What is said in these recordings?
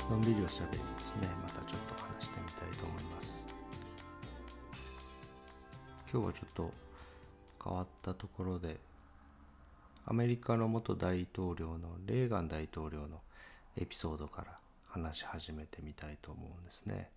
のんびりおしゃべりですね。またちょっと話してみたいと思います。今日はちょっと変わったところで、アメリカの元大統領のレーガン大統領のエピソードから話し始めてみたいと思うんですね。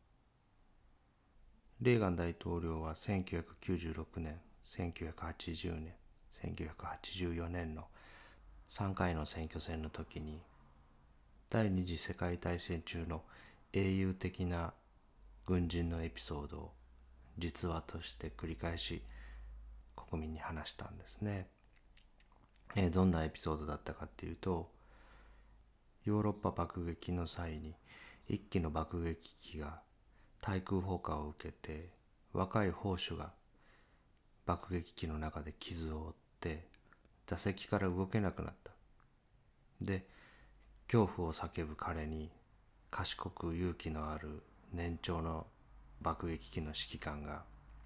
レーガン大統領は1996年、1980年、1984年の3回の選挙戦の時に第二次世界大戦中の英雄的な軍人のエピソードを実話として繰り返し国民に話したんですね。どんなエピソードだったかっていうと、ヨーロッパ爆撃の際に一機の爆撃機が対空砲火を受けて、若い砲手が爆撃機の中で傷を負って座席から動けなくなった。で、恐怖を叫ぶ彼に賢く勇気のある年長の爆撃機の指揮官が、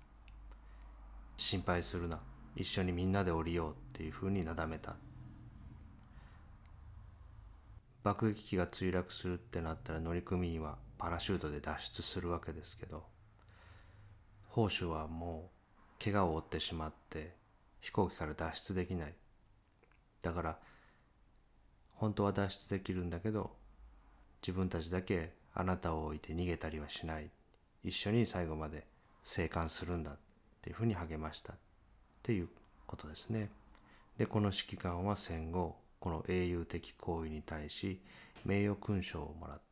心配するな、一緒にみんなで降りようっていうふうになだめた。爆撃機が墜落するってなったら乗組員はパラシュートで脱出するわけですけど、砲手はもう怪我を負ってしまって飛行機から脱出できない。だから本当は脱出できるんだけど、自分たちだけあなたを置いて逃げたりはしない、一緒に最後まで生還するんだっていうふうに励ましたっていうことですね。で、この指揮官は戦後この英雄的行為に対し名誉勲章をもらった。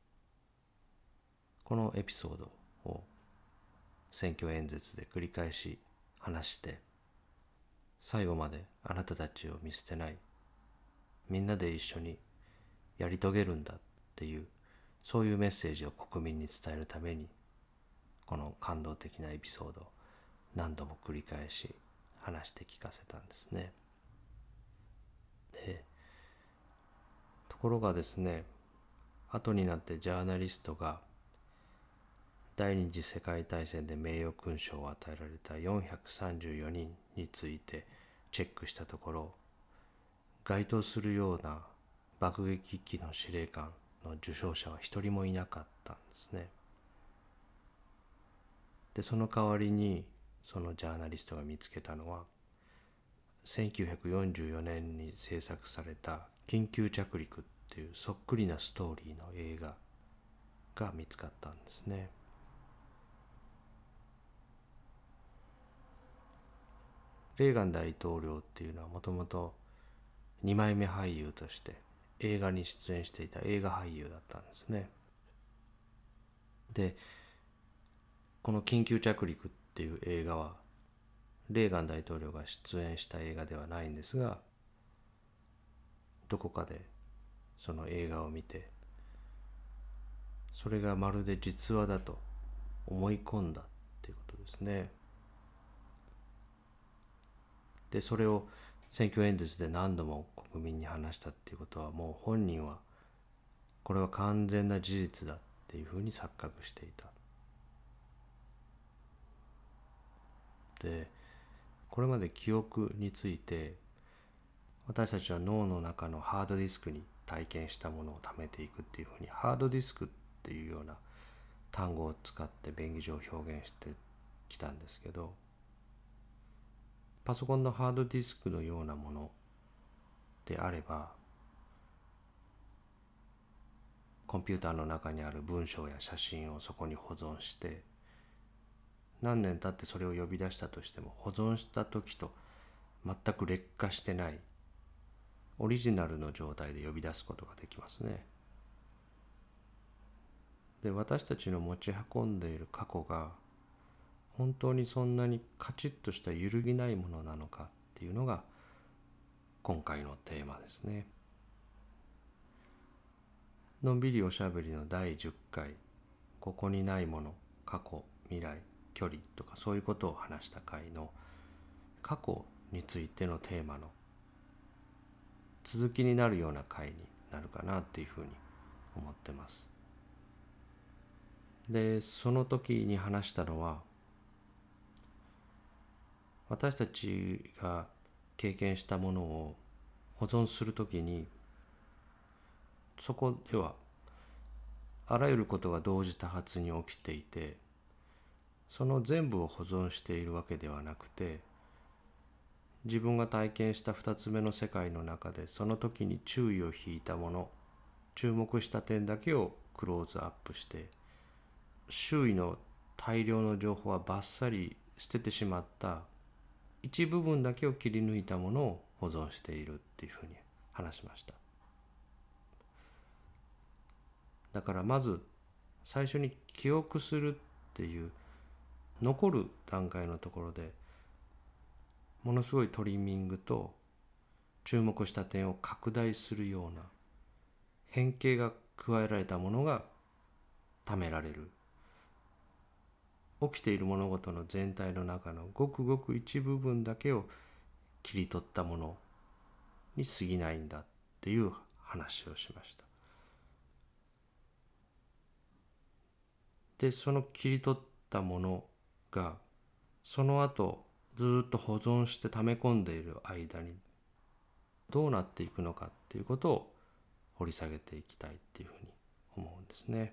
このエピソードを選挙演説で繰り返し話して、最後まであなたたちを見捨てない、みんなで一緒にやり遂げるんだっていう、そういうメッセージを国民に伝えるために、この感動的なエピソードを何度も繰り返し話して聞かせたんですね。で、ところがですね、後になってジャーナリストが第二次世界大戦で名誉勲章を与えられた434人についてチェックしたところ、該当するような爆撃機の司令官の受章者は一人もいなかったんですね。で、その代わりにそのジャーナリストが見つけたのは、1944年に制作された緊急着陸っていうそっくりなストーリーの映画が見つかったんですね。レーガン大統領っていうのはもともと2枚目俳優として映画に出演していた映画俳優だったんですね。で、この緊急着陸っていう映画はレーガン大統領が出演した映画ではないんですが、どこかでその映画を見て、それがまるで実話だと思い込んだっていうことですね。で、それを選挙演説で何度も国民に話したっていうことは、もう本人はこれは完全な事実だっていうふうに錯覚していた。で、これまで記憶について、私たちは脳の中のハードディスクに体験したものを貯めていくっていうふうに、ハードディスクっていうような単語を使って便宜上表現してきたんですけど、パソコンのハードディスクのようなものであれば、コンピューターの中にある文章や写真をそこに保存して、何年経ってそれを呼び出したとしても、保存した時と全く劣化してないオリジナルの状態で呼び出すことができますね。で、私たちの持ち運んでいる過去が本当にそんなにカチッとした揺るぎないものなのかっていうのが今回のテーマですね。のんびりおしゃべりの第10回、ここにないもの、過去、未来、距離とかそういうことを話した回の過去についてのテーマの続きになるような回になるかなっていうふうに思ってます。で、その時に話したのは、私たちが経験したものを保存するときに、そこではあらゆることが同時多発に起きていて、その全部を保存しているわけではなくて、自分が体験した2つ目の世界の中でその時に注意を引いたもの、注目した点だけをクローズアップして、周囲の大量の情報はバッサリ捨ててしまった一部分だけを切り抜いたものを保存しているっていうふうに話しました。だからまず最初に記憶するっていう残る段階のところでものすごいトリミングと注目した点を拡大するような変形が加えられたものが貯められる。起きている物事の全体の中のごくごく一部分だけを切り取ったものに過ぎないんだっていう話をしました。で、その切り取ったものがその後ずっと保存して溜め込んでいる間にどうなっていくのかっていうことを掘り下げていきたいっていうふうに思うんですね。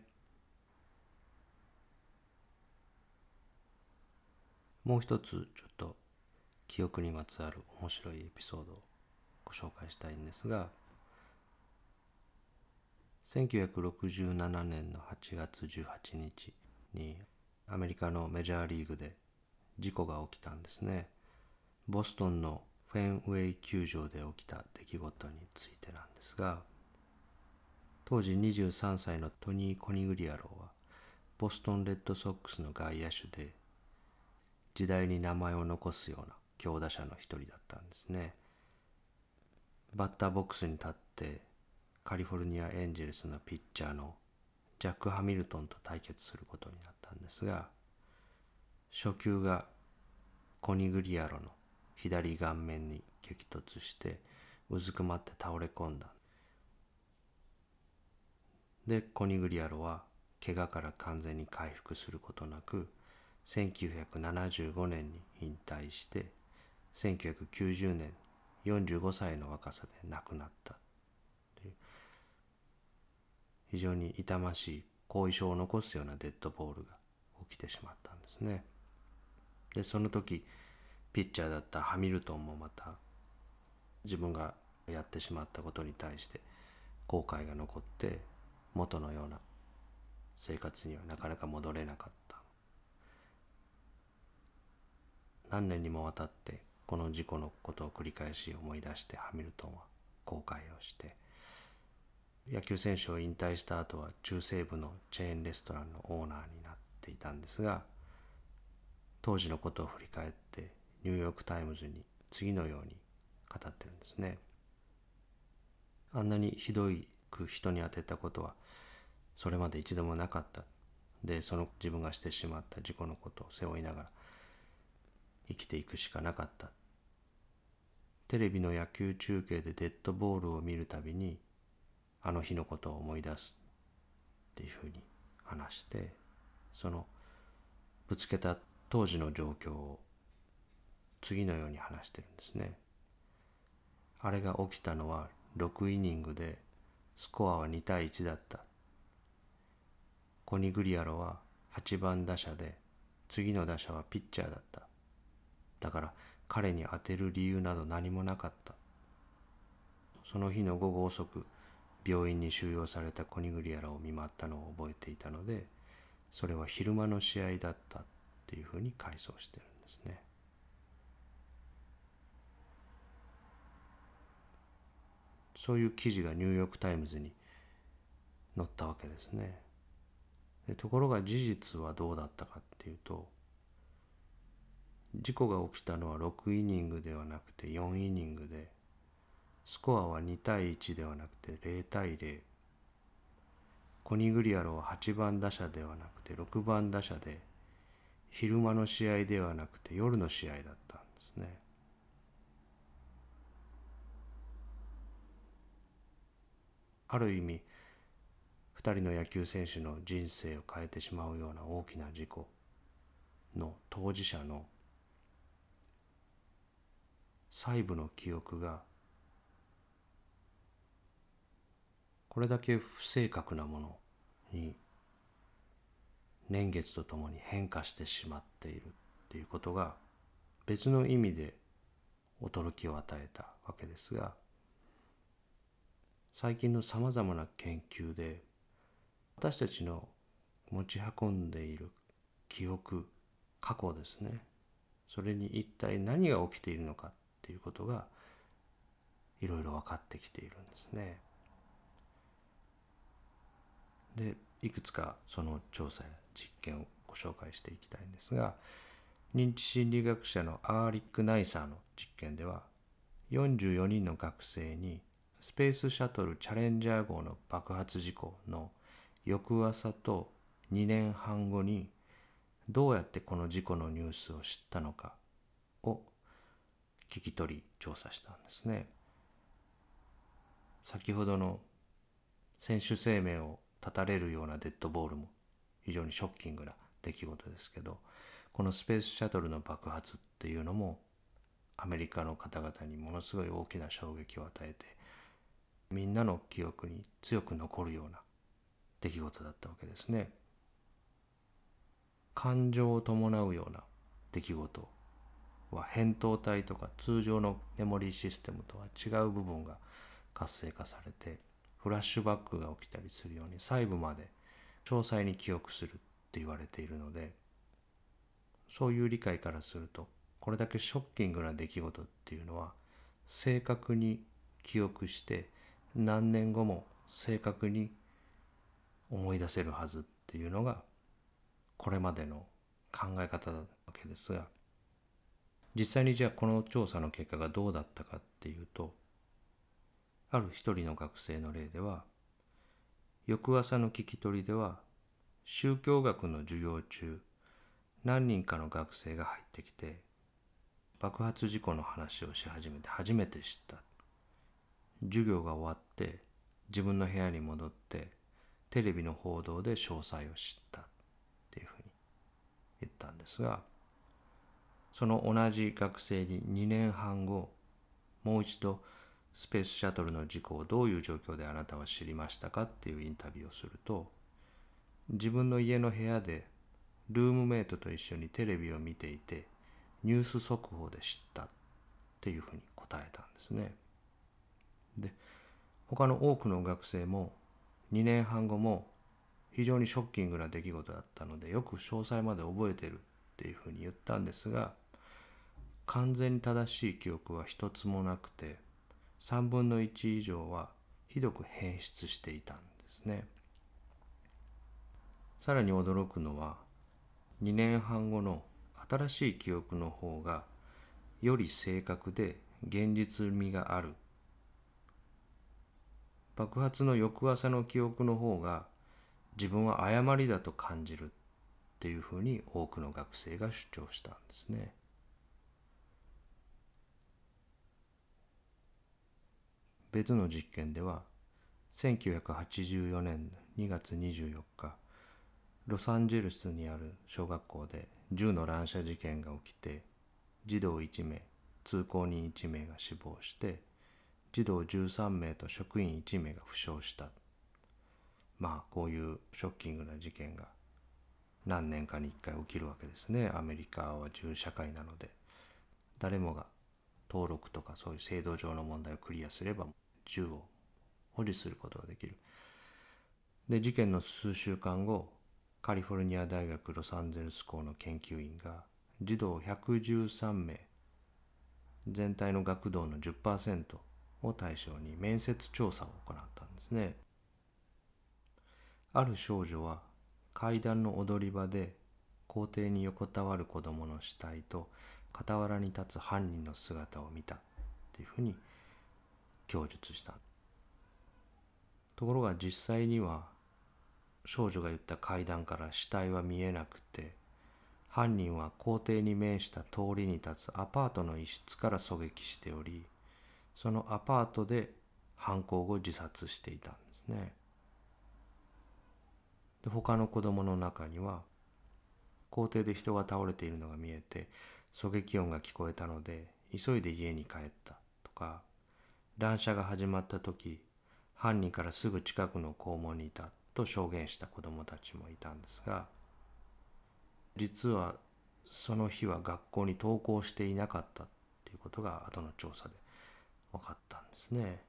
もう一つちょっと記憶にまつわる面白いエピソードをご紹介したいんですが、1967年の8月18日にアメリカのメジャーリーグで事故が起きたんですね。ボストンのフェンウェイ球場で起きた出来事についてなんですが、当時23歳のトニー・コニグリアローはボストンレッドソックスの外野手で、時代に名前を残すような強打者の一人だったんですね。バッターボックスに立ってカリフォルニアエンジェルスのピッチャーのジャック・ハミルトンと対決することになったんですが、初球がコニグリアロの左顔面に激突してうずくまって倒れ込んだ。で、コニグリアロは怪我から完全に回復することなく1975年に引退して1990年45歳の若さで亡くなったという非常に痛ましい後遺症を残すようなデッドボールが起きてしまったんですね。で、その時ピッチャーだったハミルトンもまた自分がやってしまったことに対して後悔が残って元のような生活にはなかなか戻れなかった。何年にもわたってこの事故のことを繰り返し思い出してハミルトンは後悔をして、野球選手を引退した後は中西部のチェーンレストランのオーナーになっていたんですが、当時のことを振り返ってニューヨークタイムズに次のように語ってるんですね。あんなにひどく人に当てたことはそれまで一度もなかった。で、その自分がしてしまった事故のことを背負いながら生きていくしかなかった。テレビの野球中継でデッドボールを見るたびにあの日のことを思い出すっていうふうに話して、そのぶつけた当時の状況を次のように話してるんですね。あれが起きたのは6イニングでスコアは2対1だった。コニグリアロは8番打者で次の打者はピッチャーだった。だから彼に当てる理由など何もなかった。その日の午後遅く病院に収容されたコニグリアロを見舞ったのを覚えていたので、それは昼間の試合だったっていうふうに回想してるんですね。そういう記事がニューヨークタイムズに載ったわけですね。でところが事実はどうだったかっていうと、事故が起きたのは6イニングではなくて4イニングで、スコアは2対1ではなくて0対0。コニグリアロは8番打者ではなくて6番打者で、昼間の試合ではなくて夜の試合だったんですね。ある意味2人の野球選手の人生を変えてしまうような大きな事故の当事者の細部の記憶がこれだけ不正確なものに年月とともに変化してしまっているっていうことが別の意味で驚きを与えたわけですが、最近のさまざまな研究で私たちの持ち運んでいる記憶、過去ですね、それに一体何が起きているのかっていうことがいろいろ分かってきているんですね。で、いくつかその調査や実験をご紹介していきたいんですが、認知心理学者のアーリック・ナイサーの実験では、44人の学生にスペースシャトルチャレンジャー号の爆発事故の翌朝と2年半後にどうやってこの事故のニュースを知ったのかを聞き取り調査したんですね。先ほどの選手生命を絶たれるようなデッドボールも非常にショッキングな出来事ですけど、このスペースシャトルの爆発っていうのもアメリカの方々にものすごい大きな衝撃を与えて、みんなの記憶に強く残るような出来事だったわけですね。感情を伴うような出来事は扁桃体とか通常のメモリーシステムとは違う部分が活性化されて、フラッシュバックが起きたりするように細部まで詳細に記憶するって言われているので、そういう理解からすると、これだけショッキングな出来事っていうのは正確に記憶して何年後も正確に思い出せるはずっていうのがこれまでの考え方だわけですが、実際にじゃあこの調査の結果がどうだったかっていうと、ある一人の学生の例では、翌朝の聞き取りでは宗教学の授業中、何人かの学生が入ってきて爆発事故の話をし始めて初めて知った。授業が終わって自分の部屋に戻ってテレビの報道で詳細を知ったっていうふうに言ったんですが、その同じ学生に2年半後、もう一度スペースシャトルの事故をどういう状況であなたは知りましたかっていうインタビューをすると、自分の家の部屋でルームメイトと一緒にテレビを見ていてニュース速報で知ったっていうふうに答えたんですね。で、他の多くの学生も2年半後も非常にショッキングな出来事だったのでよく詳細まで覚えてるっていうふうに言ったんですが、完全に正しい記憶は一つもなくて、3分の1以上はひどく変質していたんですね。さらに驚くのは、2年半後の新しい記憶の方がより正確で現実味がある。爆発の翌朝の記憶の方が自分は誤りだと感じるっていうふうに多くの学生が主張したんですね。別の実験では1984年2月24日、ロサンゼルスにある小学校で銃の乱射事件が起きて、児童1名、通行人1名が死亡して、児童13名と職員1名が負傷した。こういうショッキングな事件が何年かに1回起きるわけですね。アメリカは銃社会なので、誰もが登録とかそういう制度上の問題をクリアすれば銃を保持することができる。で、事件の数週間後、カリフォルニア大学ロサンゼルス校の研究員が児童113名、全体の学童の 10% を対象に面接調査を行ったんですね。ある少女は階段の踊り場で校庭に横たわる子供の死体と傍らに立つ犯人の姿を見たっていうふうに供述した。ところが実際には少女が言った階段から死体は見えなくて、犯人は校庭に面した通りに立つアパートの一室から狙撃しており、そのアパートで犯行後自殺していたんですね。で、他の子供の中には校庭で人が倒れているのが見えて狙撃音が聞こえたので急いで家に帰ったとか、乱射が始まった時犯人からすぐ近くの校門にいたと証言した子どもたちもいたんですが、 実はその日は学校に登校していなかったっていうことが後の調査で分かったんですね。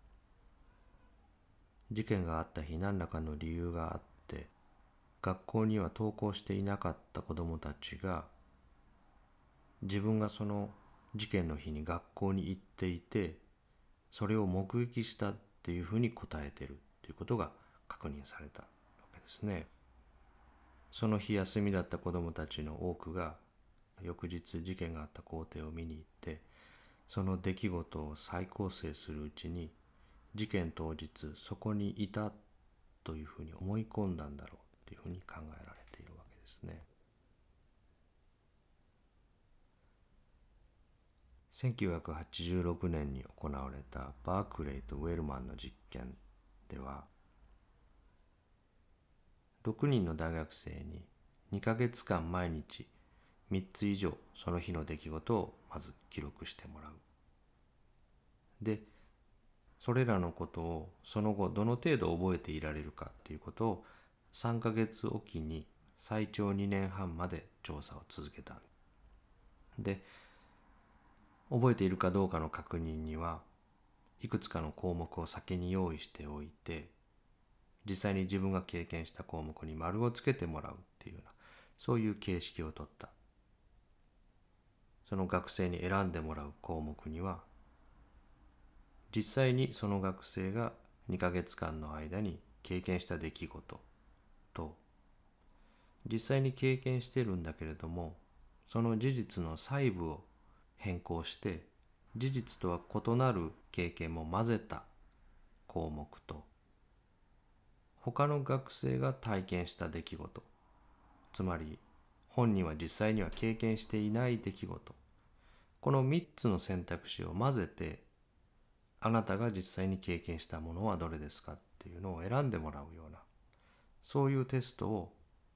事件があった日、何らかの理由があって学校には登校していなかった子どもたちが、自分がその事件の日に学校に行っていてそれを目撃したっていうふうに答えてるっていうことが確認されたわけですね。その日休みだった子どもたちの多くが翌日事件があった校庭を見に行って、その出来事を再構成するうちに事件当日そこにいたというふうに思い込んだんだろうっていうふうに考えられているわけですね。1986年に行われたバークレイとウェルマンの実験では、6人の大学生に2ヶ月間毎日3つ以上その日の出来事をまず記録してもらう。で、それらのことをその後どの程度覚えていられるかっていうことを3ヶ月おきに最長2年半まで調査を続けた。で、覚えているかどうかの確認にはいくつかの項目を先に用意しておいて、実際に自分が経験した項目に丸をつけてもらうっていうような、そういう形式をとった。その学生に選んでもらう項目には、実際にその学生が2ヶ月間の間に経験した出来事と、実際に経験してるんだけれどもその事実の細部を変更して事実とは異なる経験も混ぜた項目と、他の学生が体験した出来事、つまり本人は実際には経験していない出来事、この3つの選択肢を混ぜて、あなたが実際に経験したものはどれですかっていうのを選んでもらうような、そういうテストを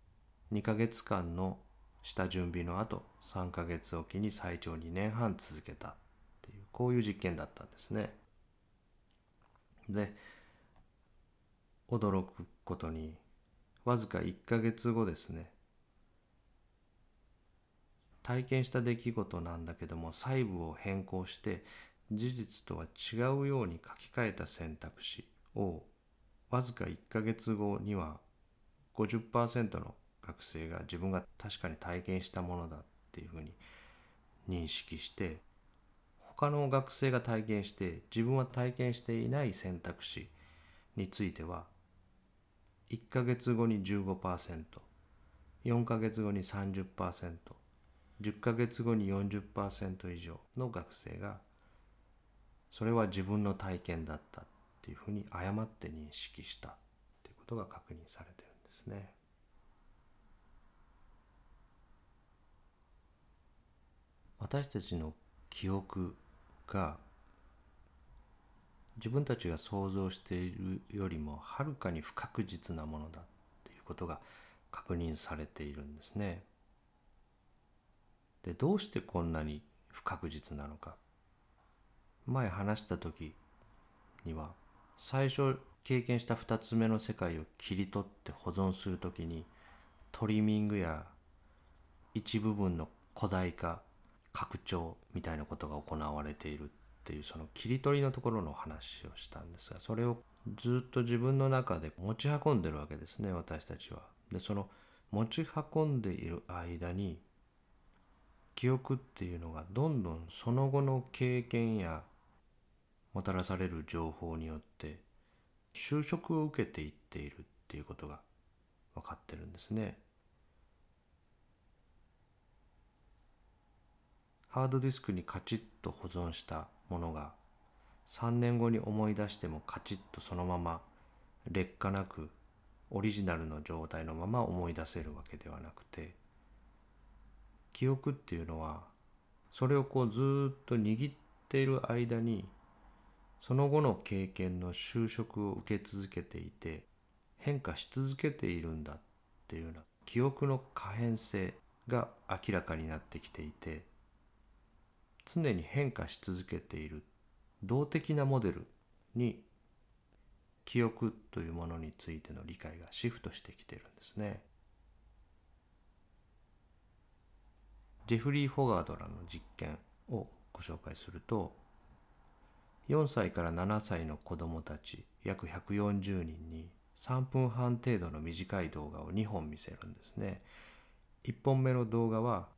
2ヶ月間の下準備の後3ヶ月おきに最長2年半続けたっていう、こういう実験だったんですね。で、驚くことにわずか1ヶ月後ですね、体験した出来事なんだけども細部を変更して事実とは違うように書き換えた選択肢をわずか1ヶ月後には 50% の学生が自分が確かに体験したものだっていうふうに認識して、他の学生が体験して自分は体験していない選択肢については1ヶ月後に 15%、4ヶ月後に 30%、10ヶ月後に 40% 以上の学生がそれは自分の体験だったっていうふうに誤って認識したっていうことが確認されているんですね。私たちの記憶が自分たちが想像しているよりもはるかに不確実なものだっていうことが確認されているんですね。で、どうしてこんなに不確実なのか。前話した時には、最初経験した2つ目の世界を切り取って保存するときにトリミングや一部分の古代化、拡張みたいなことが行われているっていう、その切り取りのところの話をしたんですが、それをずっと自分の中で持ち運んでるわけですね、私たちは。で、その持ち運んでいる間に記憶っていうのがどんどんその後の経験やもたらされる情報によって修飾を受けていっているっていうことが分かってるんですね。ハードディスクにカチッと保存したものが3年後に思い出してもカチッとそのまま劣化なくオリジナルの状態のまま思い出せるわけではなくて、記憶っていうのはそれをこうずっと握っている間にその後の経験の修飾を受け続けていて変化し続けているんだっていうような記憶の可変性が明らかになってきていて、常に変化し続けている動的なモデルに記憶というものについての理解がシフトしてきているんですね。 ジェフリー・フォガードらの実験をご紹介すると、4歳から7歳の子どもたち約140人に3分半程度の短い動画を2本見せるんですね。1本目の動画は、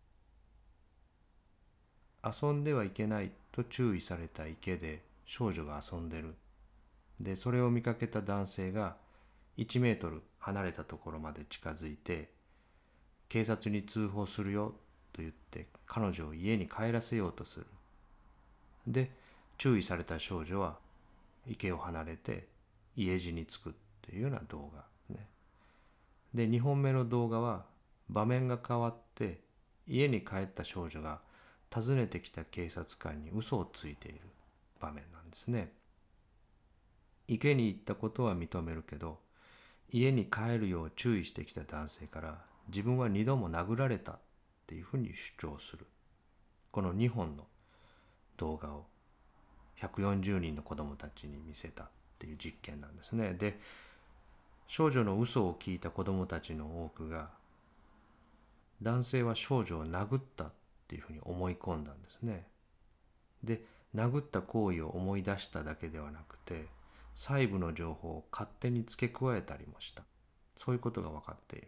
遊んではいけないと注意された池で少女が遊んでる。で、それを見かけた男性が1メートル離れたところまで近づいて、警察に通報するよと言って彼女を家に帰らせようとする。で、注意された少女は池を離れて家路につくっていうような動画ね。で、2本目の動画は場面が変わって家に帰った少女が訪ねてきた警察官に嘘をついている場面なんですね。池に行ったことは認めるけど、家に帰るよう注意してきた男性から自分は2度も殴られたっていうふうに主張する。この2本の動画を140人の子どもたちに見せたっていう実験なんですね。で、少女の嘘を聞いた子どもたちの多くが、男性は少女を殴ったっていうふうに思い込んだんですね。で、殴った行為を思い出しただけではなくて、細部の情報を勝手に付け加えたりもした。そういうことが分かっている。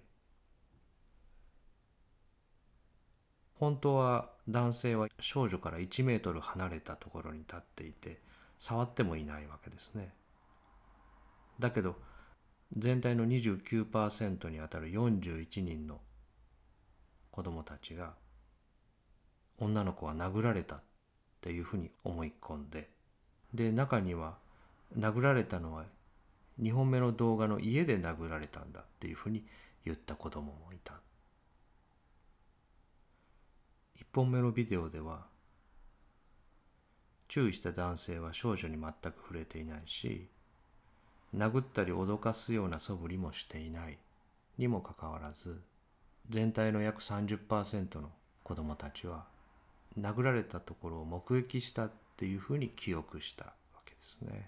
本当は男性は少女から1メートル離れたところに立っていて、触ってもいないわけですね。だけど、全体の 29% にあたる41人の子供たちが、女の子は殴られたっていうふうに思い込んで、で、中には殴られたのは2本目の動画の家で殴られたんだっていうふうに言った子供もいた。1本目のビデオでは、注意した男性は少女に全く触れていないし、殴ったり脅かすような素振りもしていないにもかかわらず、全体の約 30% の子どもたちは殴られたところを目撃したっていうふうに記憶したわけですね。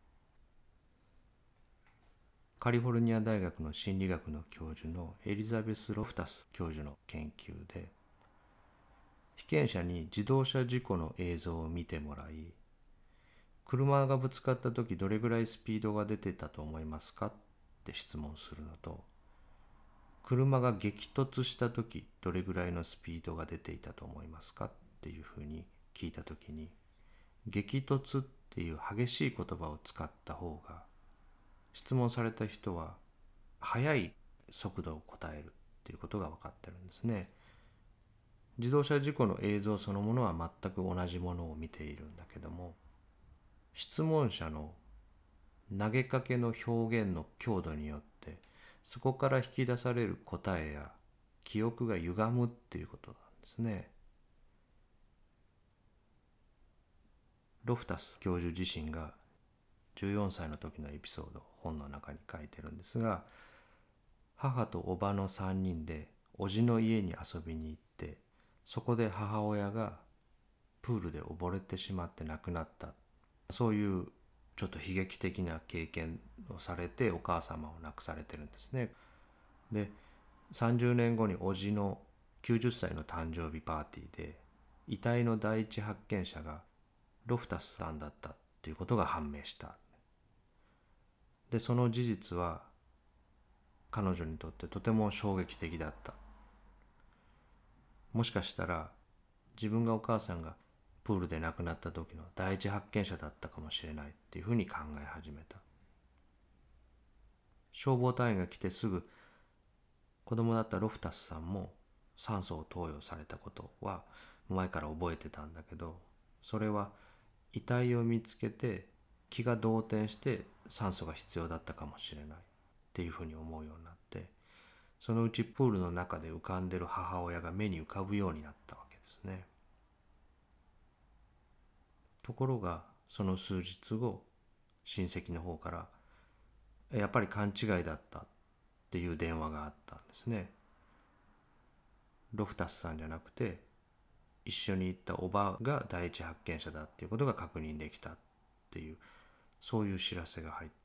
カリフォルニア大学の心理学の教授のエリザベス・ロフタス教授の研究で、被験者に自動車事故の映像を見てもらい、車がぶつかった時どれぐらいスピードが出てたと思いますかって質問するのと、車が激突した時どれぐらいのスピードが出ていたと思いますかっていうふうに聞いた時に、激突っていう激しい言葉を使った方が、質問された人は速い速度を答えるっていうことが分かってるんですね。自動車事故の映像そのものは全く同じものを見ているんだけども、質問者の投げかけの表現の強度によってそこから引き出される答えや記憶が歪むっていうことなんですね。ロフタス教授自身が14歳の時のエピソードを本の中に書いてるんですが、母とおばの3人で叔父の家に遊びに行って、そこで母親がプールで溺れてしまって亡くなった、そういうちょっと悲劇的な経験をされてお母様を亡くされてるんですね。で、30年後に叔父の90歳の誕生日パーティーで遺体の第一発見者がロフタスさんだったっていうことが判明した。で、その事実は彼女にとってとても衝撃的だった。もしかしたら自分がお母さんがプールで亡くなった時の第一発見者だったかもしれないっていうふうに考え始めた。消防隊員が来てすぐ、子供だったロフタスさんも酸素を投与されたことは前から覚えてたんだけど、それは遺体を見つけて気が動転して酸素が必要だったかもしれないっていうふうに思うようになって、そのうちプールの中で浮かんでる母親が目に浮かぶようになったわけですね。ところがその数日後、親戚の方からやっぱり勘違いだったっていう電話があったんですね。ロフタスさんじゃなくて一緒に行ったおばが第一発見者だっていうことが確認できたっていう、そういう知らせが入った。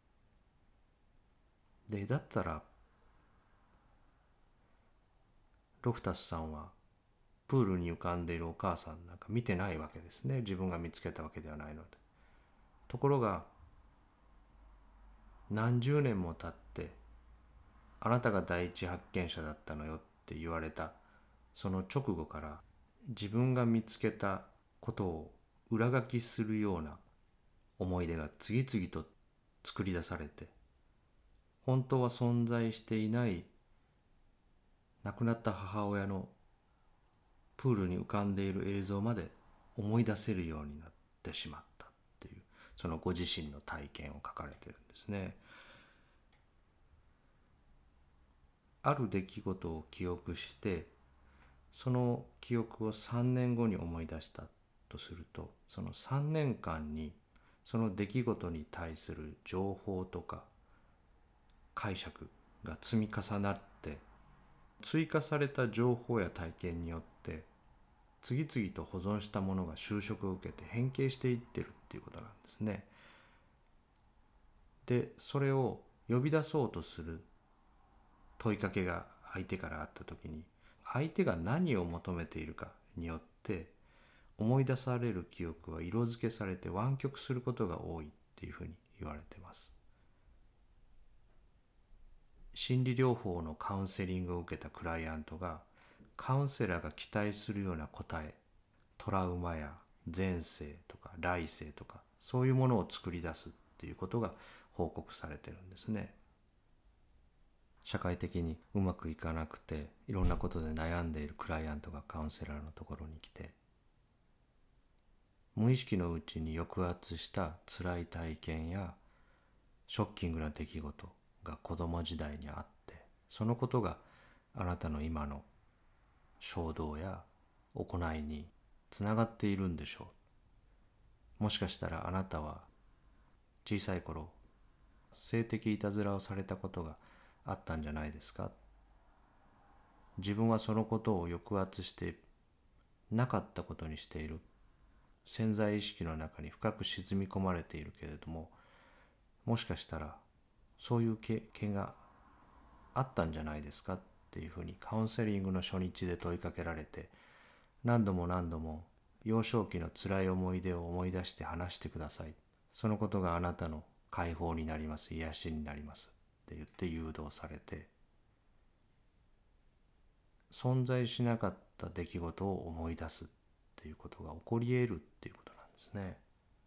で、だったらロフタスさんはプールに浮かんでいるお母さんなんか見てないわけですね。自分が見つけたわけではないので。ところが何十年も経ってあなたが第一発見者だったのよって言われたその直後から自分が見つけたことを裏書きするような思い出が次々と作り出されて、本当は存在していない亡くなった母親のプールに浮かんでいる映像まで思い出せるようになってしまったっていう、そのご自身の体験を書かれてるんですね。ある出来事を記憶して、その記憶を3年後に思い出したとすると、その3年間にその出来事に対する情報とか解釈が積み重なって、追加された情報や体験によって次々と保存したものが修飾を受けて変形していってるっていうことなんですね。で、それを呼び出そうとする問いかけが相手からあった時に、相手が何を求めているかによって思い出される記憶は色付けされて湾曲することが多いっていうふうに言われています。心理療法のカウンセリングを受けたクライアントがカウンセラーが期待するような答え、トラウマや前世とか来世とかそういうものを作り出すっていうことが報告されてるんですね。社会的にうまくいかなくていろんなことで悩んでいるクライアントがカウンセラーのところに来て、無意識のうちに抑圧した辛い体験やショッキングな出来事が子供時代にあって、そのことがあなたの今の衝動や行いにつながっているんでしょう。もしかしたらあなたは小さい頃性的いたずらをされたことがあったんじゃないですか。自分はそのことを抑圧してなかったことにしている。潜在意識の中に深く沈み込まれているけれども、もしかしたらそういう経験があったんじゃないですかっていうふうにカウンセリングの初日で問いかけられて、何度も何度も幼少期の辛い思い出を思い出して話してください。そのことがあなたの解放になります、癒しになりますって言って誘導されて、存在しなかった出来事を思い出すっていうことが起こり得るっていうことなんですね。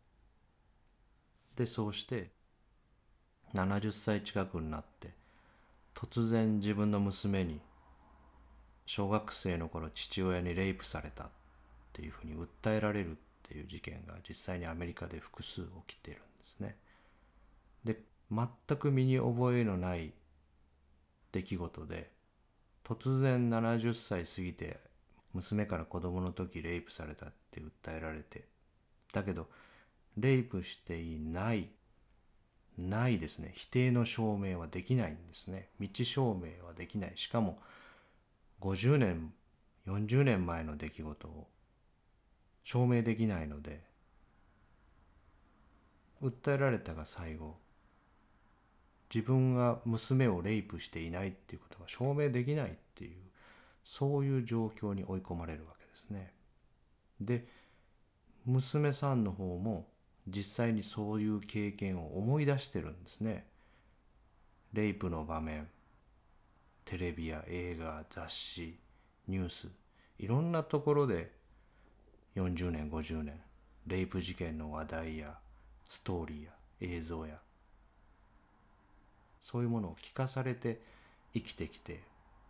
で、そうして70歳近くになって突然自分の娘に小学生の頃父親にレイプされたっていうふうに訴えられるっていう事件が実際にアメリカで複数起きているんですね。で、全く身に覚えのない出来事で、突然70歳過ぎて娘から子供の時レイプされたって訴えられて、だけどレイプしていないですね。否定の証明はできないんですね。道証明はできない。しかも50年40年前の出来事を証明できないので、訴えられたが最後、自分が娘をレイプしていないっていうことが証明できないっていう、そういう状況に追い込まれるわけですね。で、娘さんの方も実際にそういう経験を思い出してるんですね。レイプの場面、テレビや映画、雑誌、ニュース、いろんなところで40年50年レイプ事件の話題やストーリーや映像やそういうものを聞かされて生きてきて、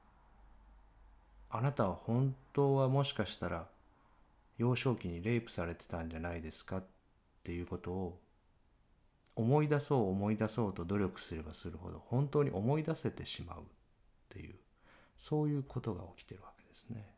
あなたは本当はもしかしたら幼少期にレイプされてたんじゃないですかっていうことを思い出そう思い出そうと努力すればするほど本当に思い出せてしまうっていう、そういうことが起きてるわけですね。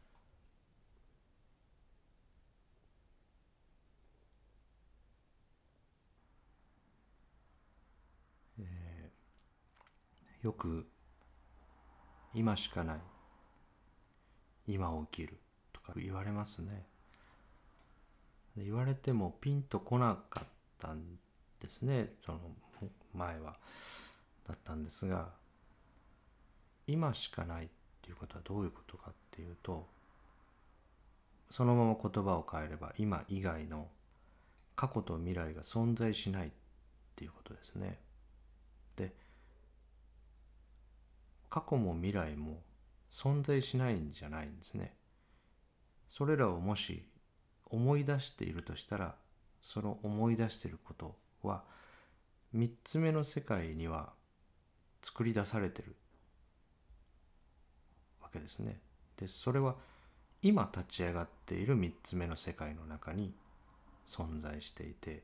よく今しかない、今を生きるとか言われますね。言われてもピンとこなかったんですね、その前は。だったんですが、今しかないていうことはどういうことかっていうと、そのまま言葉を変えれば今以外の過去と未来が存在しないっていうことですね。で、過去も未来も存在しないんじゃないんですね。それらをもし思い出しているとしたら、その思い出していることは三つ目の世界には作り出されてるわけですね。で、それは今立ち上がっている三つ目の世界の中に存在していて、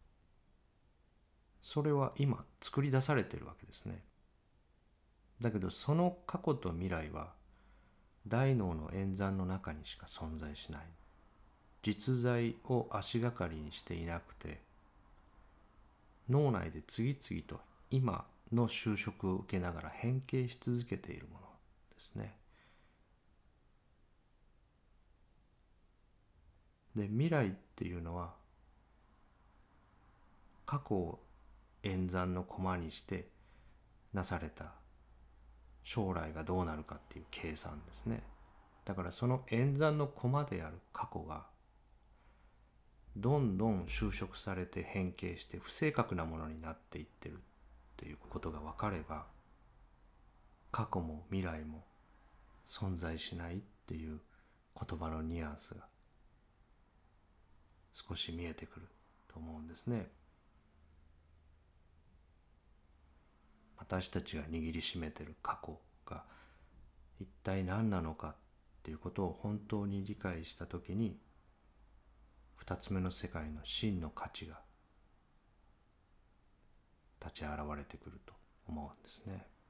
それは今作り出されているわけですね。だけどその過去と未来は大脳の演算の中にしか存在しない。実在を足がかりにしていなくて、脳内で次々と今の就職を受けながら変形し続けているものですね。で、未来っていうのは過去を演算の駒にしてなされた将来がどうなるかっていう計算ですね。だからその演算の駒である過去がどんどん修飾されて変形して不正確なものになっていってるっていうことが分かれば、過去も未来も存在しないっていう言葉のニュアンスが少し見えてくると思うんですね。私たちが握りしめてる過去が一体何なのかっていうことを本当に理解したときに、二つ目の世界の真の価値が立ち現れてくると思うんですね。